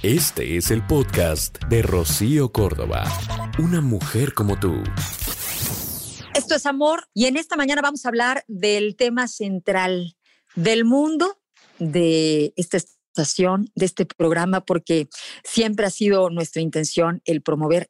Este es el podcast de Rocío Córdoba, una mujer como tú. Esto es Amor y en esta mañana vamos a hablar del tema central del mundo de esta estación, de este programa, porque siempre ha sido nuestra intención el promover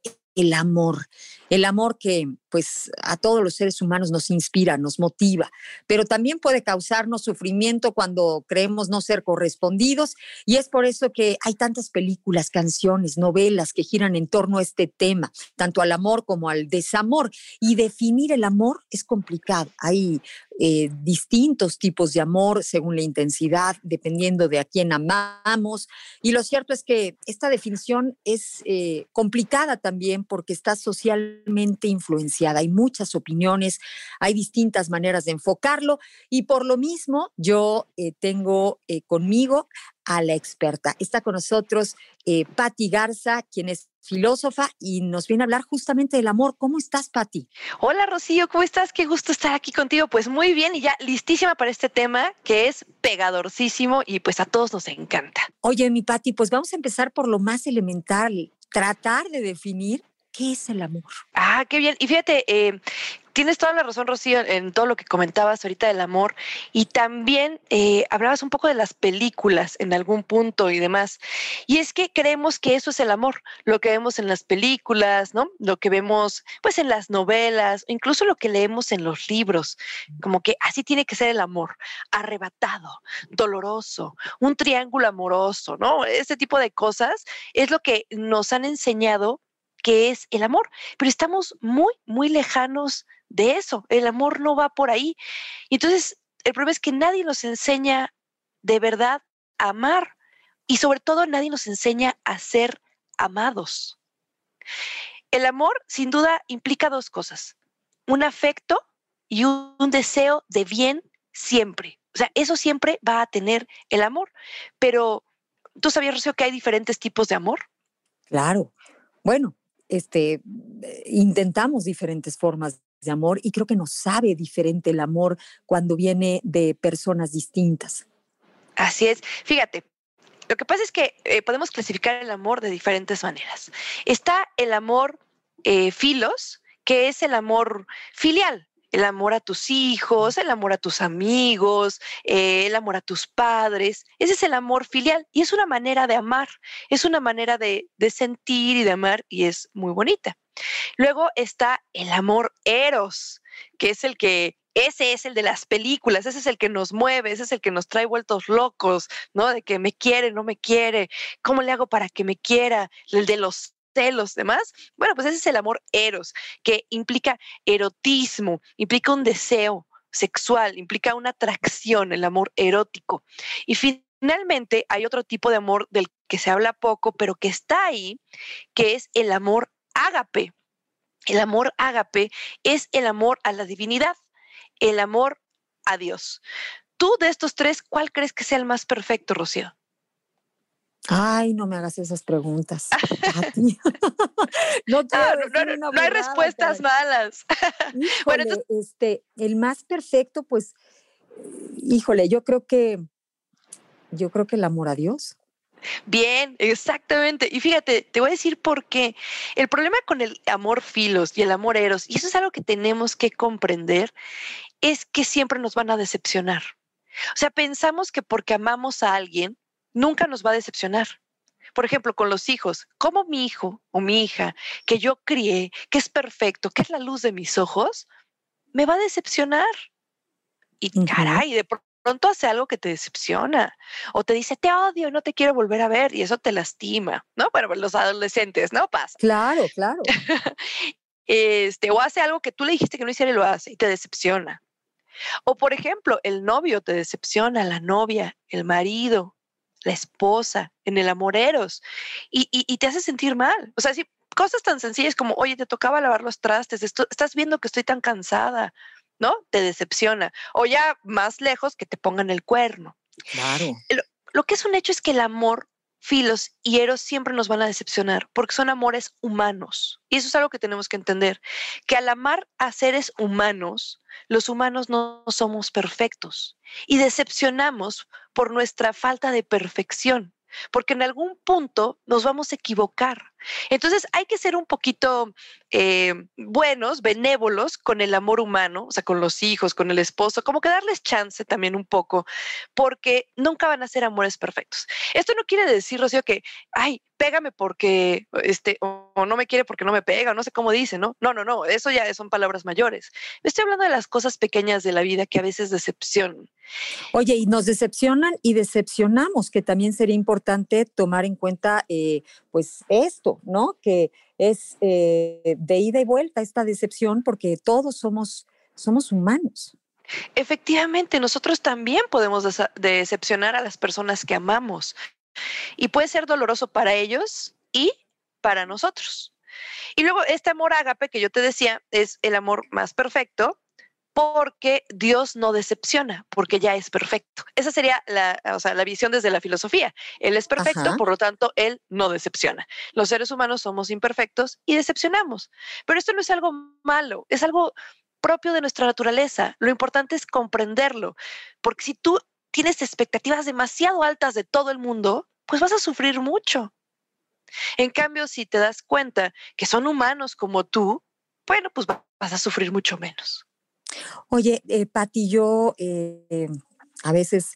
el amor que pues a todos los seres humanos nos inspira, nos motiva, pero también puede causarnos sufrimiento cuando creemos no ser correspondidos, y es por eso que hay tantas películas, canciones, novelas que giran en torno a este tema, tanto al amor como al desamor, y definir el amor es complicado. Hay distintos tipos de amor según la intensidad, dependiendo de a quién amamos, y lo cierto es que esta definición es complicada también porque está socialmente influenciada. Hay muchas opiniones, hay distintas maneras de enfocarlo, y por lo mismo yo tengo conmigo a la experta. Está con nosotros Patti Garza, quien es filósofa y nos viene a hablar justamente del amor. ¿Cómo estás, Patti? Hola, Rocío, ¿cómo estás? Qué gusto estar aquí contigo. Pues muy bien y ya listísima para este tema que es pegadorcísimo y pues a todos nos encanta. Oye, mi Patti, pues vamos a empezar por lo más elemental, tratar de definir qué es el amor. Ah, qué bien. Y fíjate, tienes toda la razón, Rocío, en todo lo que comentabas ahorita del amor, y también hablabas un poco de las películas en algún punto y demás. Y es que creemos que eso es el amor, lo que vemos en las películas, ¿no? Lo que vemos pues en las novelas, incluso lo que leemos en los libros, como que así tiene que ser el amor, arrebatado, doloroso, un triángulo amoroso, ¿no? Ese tipo de cosas es lo que nos han enseñado que es el amor, pero estamos muy, muy lejanos de eso. El amor no va por ahí. Y entonces, el problema es que nadie nos enseña de verdad a amar, y sobre todo nadie nos enseña a ser amados. El amor, sin duda, implica dos cosas: un afecto y un deseo de bien siempre. O sea, eso siempre va a tener el amor. Pero, ¿tú sabías, Rocío, que hay diferentes tipos de amor? Claro. Bueno, intentamos diferentes formas de amor y creo que nos sabe diferente el amor cuando viene de personas distintas. Así es. Fíjate, lo que pasa es que podemos clasificar el amor de diferentes maneras. Está el amor filos, que es el amor filial. El amor a tus hijos, el amor a tus amigos, el amor a tus padres. Ese es el amor filial y es una manera de amar, es una manera de sentir y de amar, y es muy bonita. Luego está el amor eros, que es ese es el de las películas, ese es el que nos mueve, ese es el que nos trae vueltos locos, ¿no? De que me quiere, no me quiere, ¿cómo le hago para que me quiera? El de los celos, demás. Bueno, pues ese es el amor eros, que implica erotismo, implica un deseo sexual, implica una atracción, el amor erótico. Y finalmente hay otro tipo de amor del que se habla poco, pero que está ahí, que es el amor ágape. El amor ágape es el amor a la divinidad, el amor a Dios. Tú, de estos tres, ¿cuál crees que sea el más perfecto, Rocío? Ay, no me hagas esas preguntas, Patti. No quiero decir una no hay burrada, respuestas malas. Híjole, Bueno, entonces, el más perfecto, pues, híjole, yo creo que el amor a Dios. bien, exactamente. Y fíjate, te voy a decir por qué. El problema con el amor filos y el amor eros, y eso es algo que tenemos que comprender, es que siempre nos van a decepcionar. O sea, pensamos que porque amamos a alguien, nunca nos va a decepcionar. Por ejemplo, con los hijos, como mi hijo o mi hija, que yo crié, que es perfecto, que es la luz de mis ojos, me va a decepcionar. Y caray, de pronto hace algo que te decepciona, o te dice, te odio, no te quiero volver a ver, y eso te lastima, ¿no? Bueno, los adolescentes, ¿no? Pasa. Claro, claro. O hace algo que tú le dijiste que no hiciera y lo hace, y te decepciona. O, por ejemplo, el novio te decepciona, la novia, el marido, la esposa, en el amor eros, y te hace sentir mal. O sea, sí, cosas tan sencillas como, oye, te tocaba lavar los trastes, estás viendo que estoy tan cansada, ¿no? Te decepciona. O ya más lejos, que te pongan el cuerno. Claro. Lo que es un hecho es que el amor, filos y eros siempre nos van a decepcionar porque son amores humanos. Y eso es algo que tenemos que entender, que al amar a seres humanos, los humanos no somos perfectos y decepcionamos por nuestra falta de perfección. porque en algún punto nos vamos a equivocar. Entonces hay que ser un poquito buenos, benévolos con el amor humano, o sea, con los hijos, con el esposo, como que darles chance también un poco, porque nunca van a ser amores perfectos. Esto no quiere decir, Rocío, que, ay, pégame porque, o no me quiere porque no me pega, no sé cómo dice, ¿no? No, eso ya son palabras mayores. Estoy hablando de las cosas pequeñas de la vida que a veces decepcionan. Oye, y nos decepcionan y decepcionamos, que también sería importante tomar en cuenta, pues esto, ¿no? Que es de ida y vuelta esta decepción, porque todos somos humanos. Efectivamente, nosotros también podemos decepcionar a las personas que amamos y puede ser doloroso para ellos y para nosotros. Y luego este amor ágape que yo te decía es el amor más perfecto, porque Dios no decepciona, porque ya es perfecto. Esa sería la visión desde la filosofía. Él es perfecto, Ajá. por lo tanto, Él no decepciona. Los seres humanos somos imperfectos y decepcionamos. Pero esto no es algo malo, es algo propio de nuestra naturaleza. Lo importante es comprenderlo, porque si tú tienes expectativas demasiado altas de todo el mundo, pues vas a sufrir mucho. En cambio, si te das cuenta que son humanos como tú, bueno, pues vas a sufrir mucho menos. Oye, Pati, yo a veces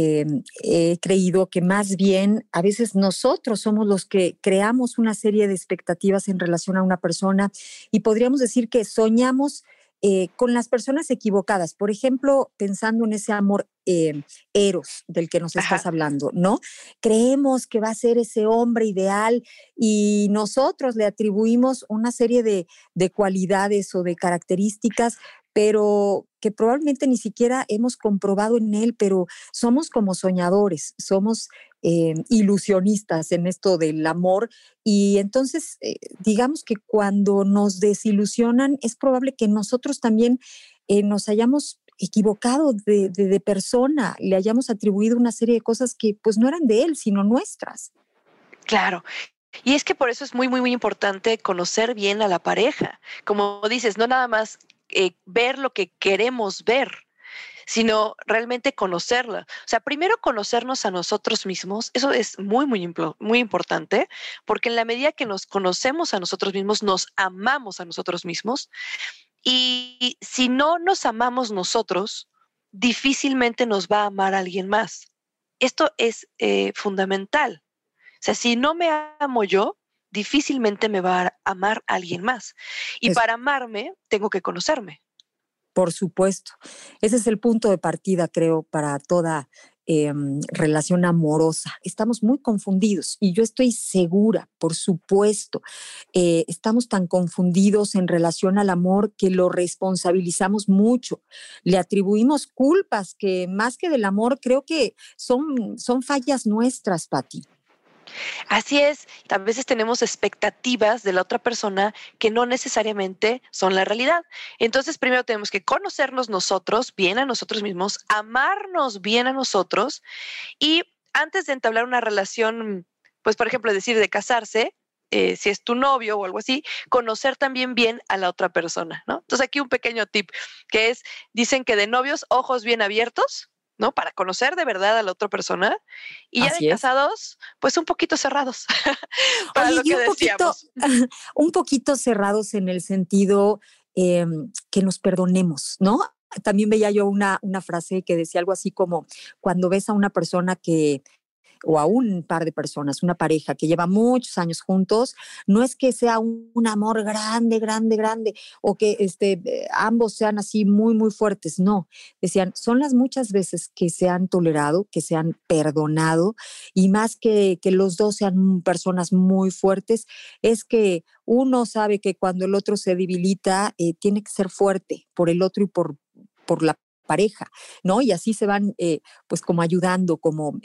he creído que más bien a veces nosotros somos los que creamos una serie de expectativas en relación a una persona y podríamos decir que soñamos con las personas equivocadas. Por ejemplo, pensando en ese amor eros del que nos estás Ajá. hablando, ¿no? Creemos que va a ser ese hombre ideal y nosotros le atribuimos una serie de cualidades o de características, pero que probablemente ni siquiera hemos comprobado en él, pero somos como soñadores, somos ilusionistas en esto del amor y entonces digamos que cuando nos desilusionan es probable que nosotros también nos hayamos equivocado de persona, le hayamos atribuido una serie de cosas que pues no eran de él, sino nuestras. Claro. Y es que por eso es muy, muy, muy importante conocer bien a la pareja. Como dices, no nada más ver lo que queremos ver, sino realmente conocerla. O sea, primero conocernos a nosotros mismos, eso es muy, muy, muy importante, porque en la medida que nos conocemos a nosotros mismos, nos amamos a nosotros mismos. Y si no nos amamos nosotros, difícilmente nos va a amar alguien más. Esto es fundamental. O sea, si no me amo yo, difícilmente me va a amar alguien más. Y Es para amarme, tengo que conocerme. Por supuesto. Ese es el punto de partida, creo, para toda relación amorosa. Estamos muy confundidos y yo estoy segura, por supuesto, estamos tan confundidos en relación al amor que lo responsabilizamos mucho. Le atribuimos culpas que más que del amor creo que son fallas nuestras, Pati. Así es, a veces tenemos expectativas de la otra persona que no necesariamente son la realidad. Entonces, primero tenemos que conocernos nosotros, bien a nosotros mismos, amarnos bien a nosotros y antes de entablar una relación, pues por ejemplo, decir de casarse, si es tu novio o algo así, conocer también bien a la otra persona, ¿no? Entonces aquí un pequeño tip que es, dicen que de novios, ojos bien abiertos, ¿no? Para conocer de verdad a la otra persona y ya de Así es. casados, pues un poquito cerrados para Oye, lo y que decíamos. un poquito cerrados en el sentido que nos perdonemos, ¿no? También veía yo una frase que decía algo así como, cuando ves a una persona o a un par de personas, una pareja que lleva muchos años juntos, no es que sea un amor grande, grande, grande, o que ambos sean así muy, muy fuertes, no. Decían, son las muchas veces que se han tolerado, que se han perdonado, y más que los dos sean personas muy fuertes, es que uno sabe que cuando el otro se debilita, tiene que ser fuerte por el otro y por la pareja, ¿no? Y así se van pues como ayudando, como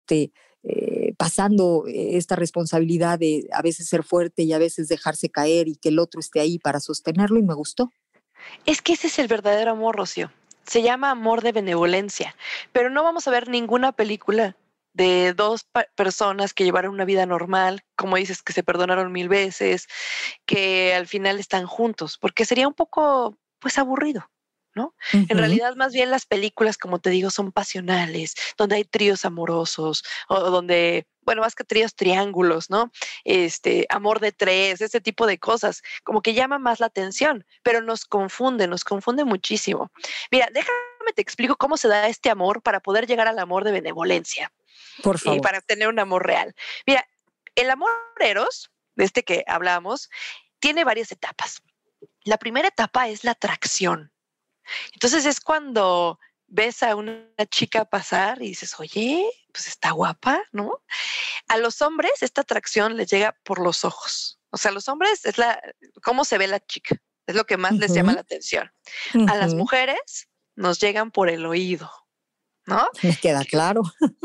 pasando esta responsabilidad de a veces ser fuerte y a veces dejarse caer y que el otro esté ahí para sostenerlo y me gustó. Es que ese es el verdadero amor, Rocío. Se llama amor de benevolencia, pero no vamos a ver ninguna película de dos personas que llevaron una vida normal, como dices, que se perdonaron 1000 veces, que al final están juntos, porque sería un poco, pues, aburrido, ¿no? En Ujú. realidad, más bien las películas, como te digo, son pasionales, donde hay tríos amorosos o donde bueno, más que tríos, triángulos, ¿no? Amor de tres, ese tipo de cosas, como que llama más la atención, pero nos confunde muchísimo. Mira, déjame te explico cómo se da este amor para poder llegar al amor de benevolencia Por y favor. para tener un amor real. Mira, el amor eros, de este que hablamos, tiene varias etapas. La primera etapa es la atracción. Entonces es cuando ves a una chica pasar y dices, oye, pues está guapa, ¿no? A los hombres esta atracción les llega por los ojos. O sea, a los hombres es cómo se ve la chica, es lo que más les llama la atención. A las mujeres nos llegan por el oído, ¿no? Me queda claro.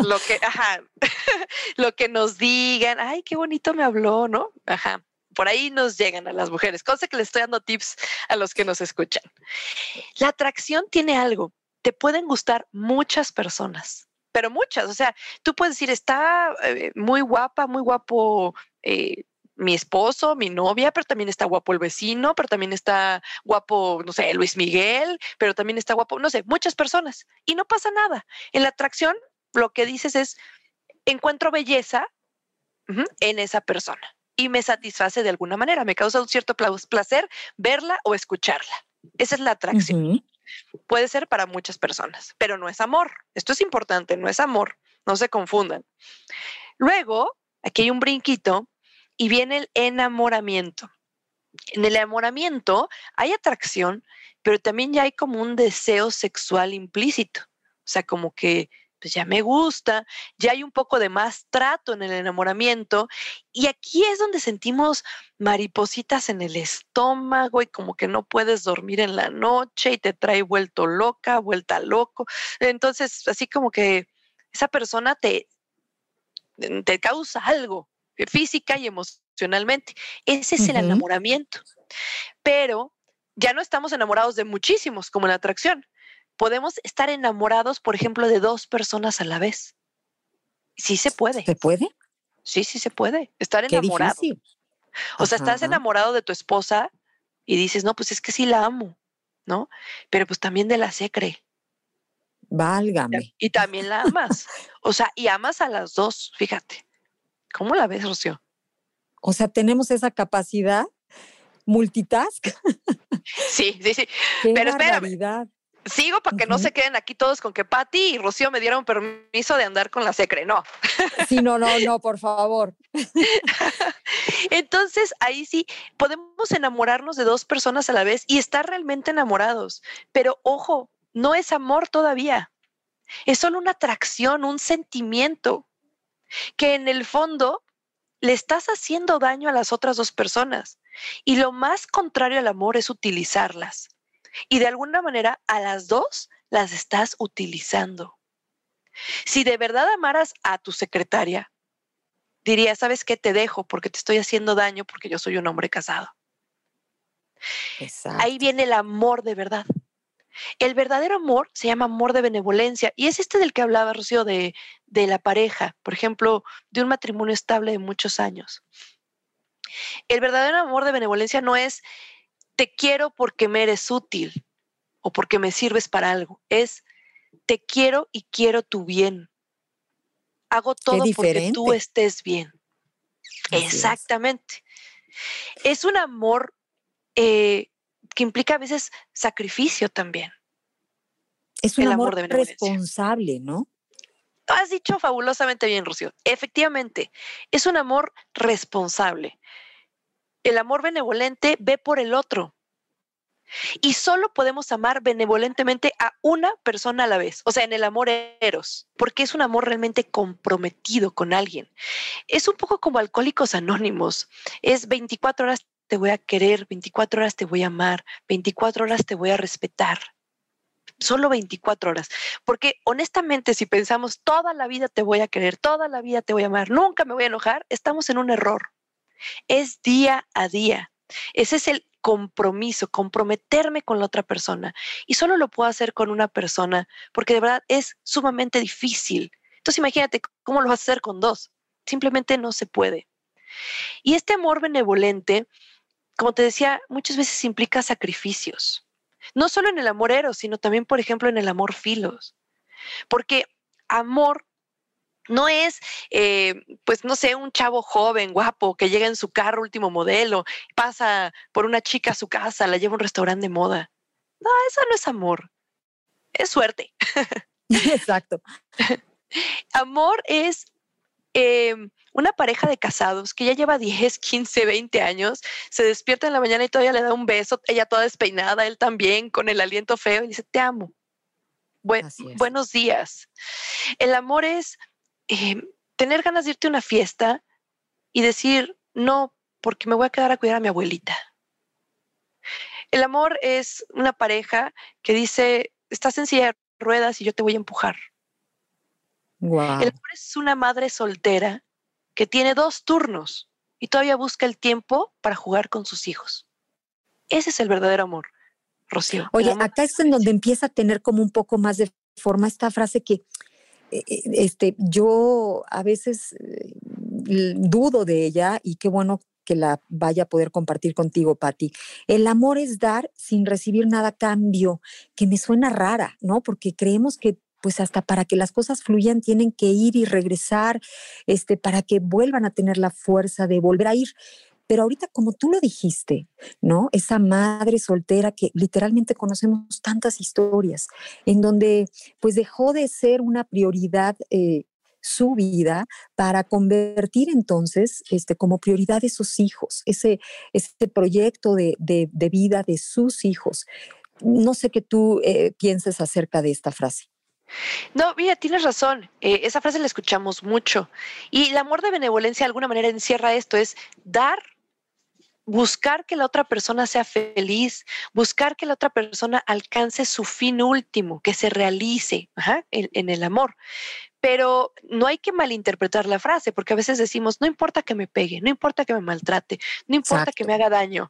Lo que nos digan, ay, qué bonito me habló, ¿no? Ajá. Por ahí nos llegan a las mujeres, cosa que les estoy dando tips a los que nos escuchan. La atracción tiene algo, te pueden gustar muchas personas, pero muchas, o sea, tú puedes decir, está muy guapa, muy guapo mi esposo, mi novia, pero también está guapo el vecino, pero también está guapo, no sé, Luis Miguel, pero también está guapo, no sé, muchas personas. Y no pasa nada. En la atracción, lo que dices es, encuentro belleza en esa persona y me satisface de alguna manera, me causa un cierto placer verla o escucharla. Esa es la atracción. Puede ser para muchas personas, pero no es amor. Esto es importante, no es amor, no se confundan. Luego, aquí hay un brinquito y viene el enamoramiento. En el enamoramiento hay atracción, pero también ya hay como un deseo sexual implícito. O sea, como que pues ya me gusta, ya hay un poco de más trato en el enamoramiento y aquí es donde sentimos maripositas en el estómago y como que no puedes dormir en la noche y te trae vuelta loco. Entonces, así como que esa persona te causa algo física y emocionalmente. Ese es el enamoramiento. Pero ya no estamos enamorados de muchísimos como en la atracción. Podemos estar enamorados, por ejemplo, de 2 personas a la vez. Sí se puede. ¿Se puede? Sí se puede. Estar Qué enamorado. difícil. O sea, estás enamorado de tu esposa y dices, no, pues es que sí la amo, ¿no? Pero pues también de la secre. Válgame. Y también la amas. O sea, y amas a las 2, fíjate. ¿Cómo la ves, Rocío? O sea, tenemos esa capacidad multitask. Sí. Qué Pero barbaridad. espérame. Sigo para que no se queden aquí todos con que Pati y Rocío me dieron permiso de andar con la secre. No. Sí, no, por favor. Entonces, ahí sí podemos enamorarnos de 2 personas a la vez y estar realmente enamorados. Pero ojo, no es amor todavía. Es solo una atracción, un sentimiento que en el fondo le estás haciendo daño a las otras 2 personas. Y lo más contrario al amor es utilizarlas. Y de alguna manera a las 2 las estás utilizando. Si de verdad amaras a tu secretaria, diría, ¿sabes qué? Te dejo porque te estoy haciendo daño porque yo soy un hombre casado. Exacto. Ahí viene el amor de verdad. El verdadero amor se llama amor de benevolencia y es del que hablaba Rocío de la pareja, por ejemplo, de un matrimonio estable de muchos años. El verdadero amor de benevolencia no es te quiero porque me eres útil o porque me sirves para algo. Es te quiero y quiero tu bien. Hago todo porque tú estés bien. Así exactamente. Es un amor que implica a veces sacrificio también. Es un amor responsable, ¿no? Has dicho fabulosamente bien, Rocío. Efectivamente, es un amor responsable. El amor benevolente ve por el otro. Y solo podemos amar benevolentemente a una persona a la vez, o sea, en el amor eros, porque es un amor realmente comprometido con alguien. Es un poco como Alcohólicos Anónimos, es 24 horas te voy a querer, 24 horas te voy a amar, 24 horas te voy a respetar. Solo 24 horas, porque honestamente si pensamos toda la vida te voy a querer, toda la vida te voy a amar, nunca me voy a enojar, estamos en un error. Es día a día. Ese es el compromiso, comprometerme con la otra persona. Y solo lo puedo hacer con una persona, porque de verdad es sumamente difícil. Entonces imagínate cómo lo vas a hacer con 2. Simplemente no se puede. Y este amor benevolente, como te decía, muchas veces implica sacrificios. No solo en el amor eros, sino también, por ejemplo, en el amor filos. Porque amor No es, pues no sé, un chavo joven, guapo, que llega en su carro último modelo, pasa por una chica a su casa, la lleva a un restaurante de moda. No, eso no es amor, es suerte. Exacto. Amor es una pareja de casados que ya lleva 10, 15, 20 años, se despierta en la mañana y todavía le da un beso, ella toda despeinada, él también, con el aliento feo, y dice, te amo. Buenos días. El amor es tener ganas de irte a una fiesta y decir, no, porque me voy a quedar a cuidar a mi abuelita. El amor es una pareja que dice, estás en silla de ruedas y yo te voy a empujar. Wow. El amor es una madre soltera que tiene 2 turnos y todavía busca el tiempo para jugar con sus hijos. Ese es el verdadero amor, Rocío. Oye, acá es en donde empieza a tener como un poco más de forma esta frase que yo a veces dudo de ella, y qué bueno que la vaya a poder compartir contigo, Pati. El amor es dar sin recibir nada a cambio, que me suena rara, ¿no? Porque creemos que pues hasta para que las cosas fluyan tienen que ir y regresar, para que vuelvan a tener la fuerza de volver a ir. Pero ahorita, como tú lo dijiste, ¿no? Esa madre soltera que literalmente conocemos tantas historias en donde pues dejó de ser una prioridad su vida para convertir entonces como prioridad de sus hijos, ese proyecto de vida de sus hijos. No sé qué tú pienses acerca de esta frase. No, mira, tienes razón. Esa frase la escuchamos mucho. Y el amor de benevolencia de alguna manera encierra esto, es dar, buscar que la otra persona sea feliz, buscar que la otra persona alcance su fin último, que se realice en el amor. Pero no hay que malinterpretar la frase, porque a veces decimos, no importa que me pegue, no importa que me maltrate, no importa que me haga daño,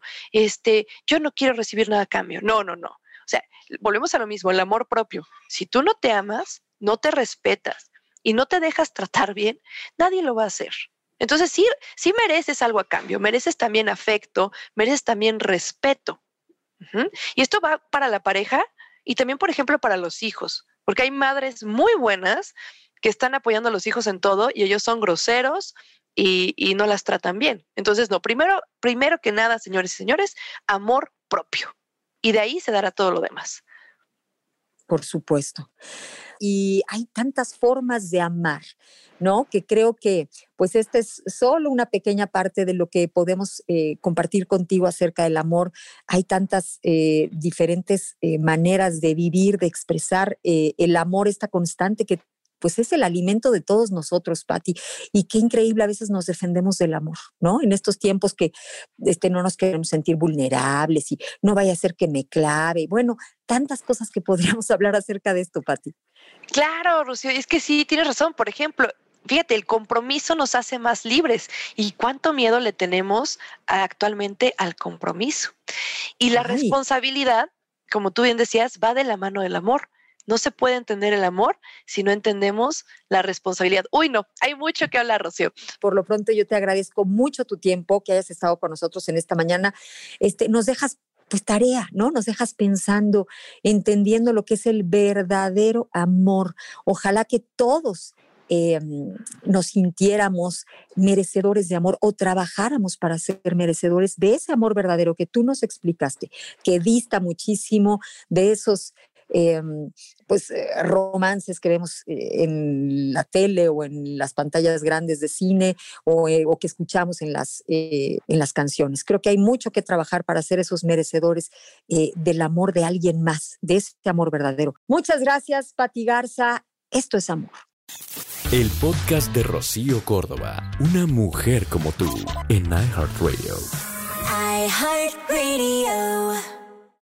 yo no quiero recibir nada a cambio. No. O sea, volvemos a lo mismo, el amor propio. Si tú no te amas, no te respetas y no te dejas tratar bien, nadie lo va a hacer. Entonces sí mereces algo a cambio, mereces también afecto, mereces también respeto. Y esto va para la pareja y también, por ejemplo, para los hijos, porque hay madres muy buenas que están apoyando a los hijos en todo y ellos son groseros y no las tratan bien. Entonces, no, primero que nada, señores y señores, amor propio. Y de ahí se dará todo lo demás. Por supuesto. Y hay tantas formas de amar, ¿no? Que creo que pues esta es solo una pequeña parte de lo que podemos compartir contigo acerca del amor. Hay tantas diferentes maneras de vivir, de expresar el amor, esta constante que pues es el alimento de todos nosotros, Pati. Y qué increíble a veces nos defendemos del amor, ¿no? En estos tiempos que no nos queremos sentir vulnerables y no vaya a ser que me clave. Bueno, tantas cosas que podríamos hablar acerca de esto, Pati. Claro, Rocío, es que sí, tienes razón. Por ejemplo, fíjate, el compromiso nos hace más libres. ¿Y cuánto miedo le tenemos actualmente al compromiso? Y la responsabilidad, como tú bien decías, va de la mano del amor. No se puede entender el amor si no entendemos la responsabilidad. Uy, no, hay mucho que hablar, Rocío. Por lo pronto yo te agradezco mucho tu tiempo, que hayas estado con nosotros en esta mañana. Nos dejas pues tarea, ¿no? Nos dejas pensando, entendiendo lo que es el verdadero amor. Ojalá que todos nos sintiéramos merecedores de amor o trabajáramos para ser merecedores de ese amor verdadero que tú nos explicaste, que dista muchísimo de esos romances que vemos en la tele o en las pantallas grandes de cine o que escuchamos en las canciones. Creo que hay mucho que trabajar para ser esos merecedores del amor de alguien más, de ese amor verdadero. Muchas gracias, Pati Garza. Esto es amor. El podcast de Rocío Córdoba, una mujer como tú, en iHeartRadio. iHeartRadio.